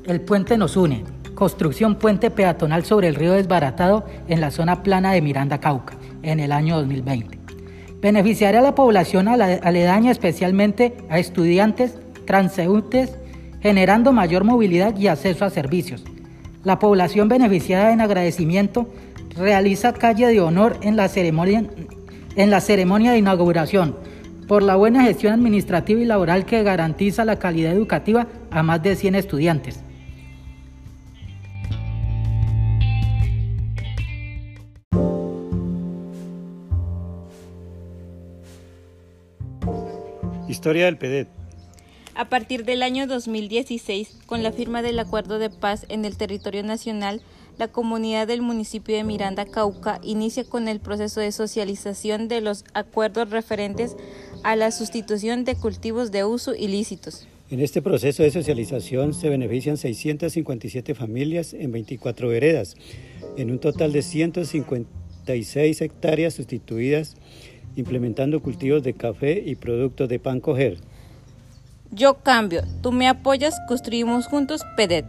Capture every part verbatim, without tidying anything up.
El puente nos une. Construcción puente peatonal sobre el río Desbaratado en la zona plana de Miranda, Cauca, en el año dos mil veinte. Beneficiará a la población aledaña, especialmente a estudiantes, transeúntes, generando mayor movilidad y acceso a servicios. La población beneficiada en agradecimiento realiza calle de honor en la ceremonia, en la ceremonia de inauguración por la buena gestión administrativa y laboral que garantiza la calidad educativa a más de cien estudiantes. Historia del P E D E T. A partir del año dos mil dieciséis, con la firma del Acuerdo de Paz en el territorio nacional, la comunidad del municipio de Miranda, Cauca, inicia con el proceso de socialización de los acuerdos referentes a la sustitución de cultivos de uso ilícitos. En este proceso de socialización se benefician seiscientas cincuenta y siete familias en veinticuatro veredas, en un total de ciento cincuenta y seis hectáreas sustituidas, implementando cultivos de café y productos de pan coger. Yo cambio, tú me apoyas, construimos juntos P E D E T.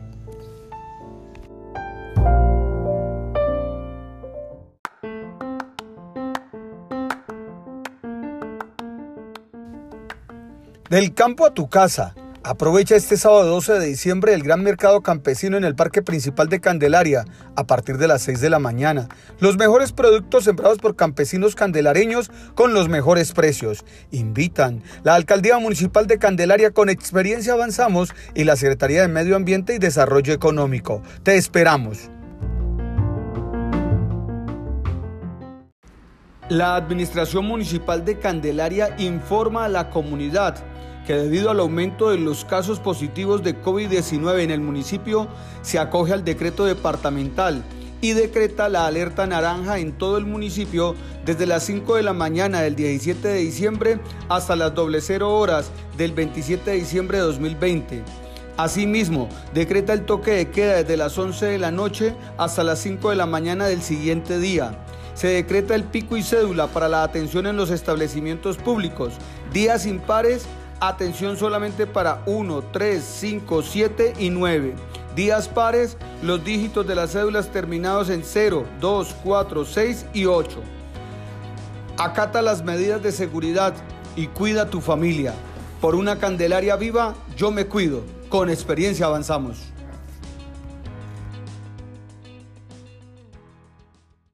Del campo a tu casa. Aprovecha este sábado doce de diciembre el gran mercado campesino en el Parque Principal de Candelaria a partir de las seis de la mañana. Los mejores productos sembrados por campesinos candelareños con los mejores precios. Invitan la Alcaldía Municipal de Candelaria con Experiencia Avanzamos y la Secretaría de Medio Ambiente y Desarrollo Económico. Te esperamos. La Administración Municipal de Candelaria informa a la comunidad que debido al aumento de los casos positivos de COVID diecinueve en el municipio, se acoge al decreto departamental y decreta la alerta naranja en todo el municipio desde las cinco de la mañana del diecisiete de diciembre hasta las doble cero horas del veintisiete de diciembre de dos mil veinte. Asimismo, decreta el toque de queda desde las once de la noche hasta las cinco de la mañana del siguiente día. Se decreta el pico y cédula para la atención en los establecimientos públicos, días impares, atención solamente para uno, tres, cinco, siete y nueve. Días pares, los dígitos de las cédulas terminados en cero, dos, cuatro, seis y ocho. Acata las medidas de seguridad y cuida a tu familia. Por una Candelaria viva, yo me cuido. Con Experiencia Avanzamos.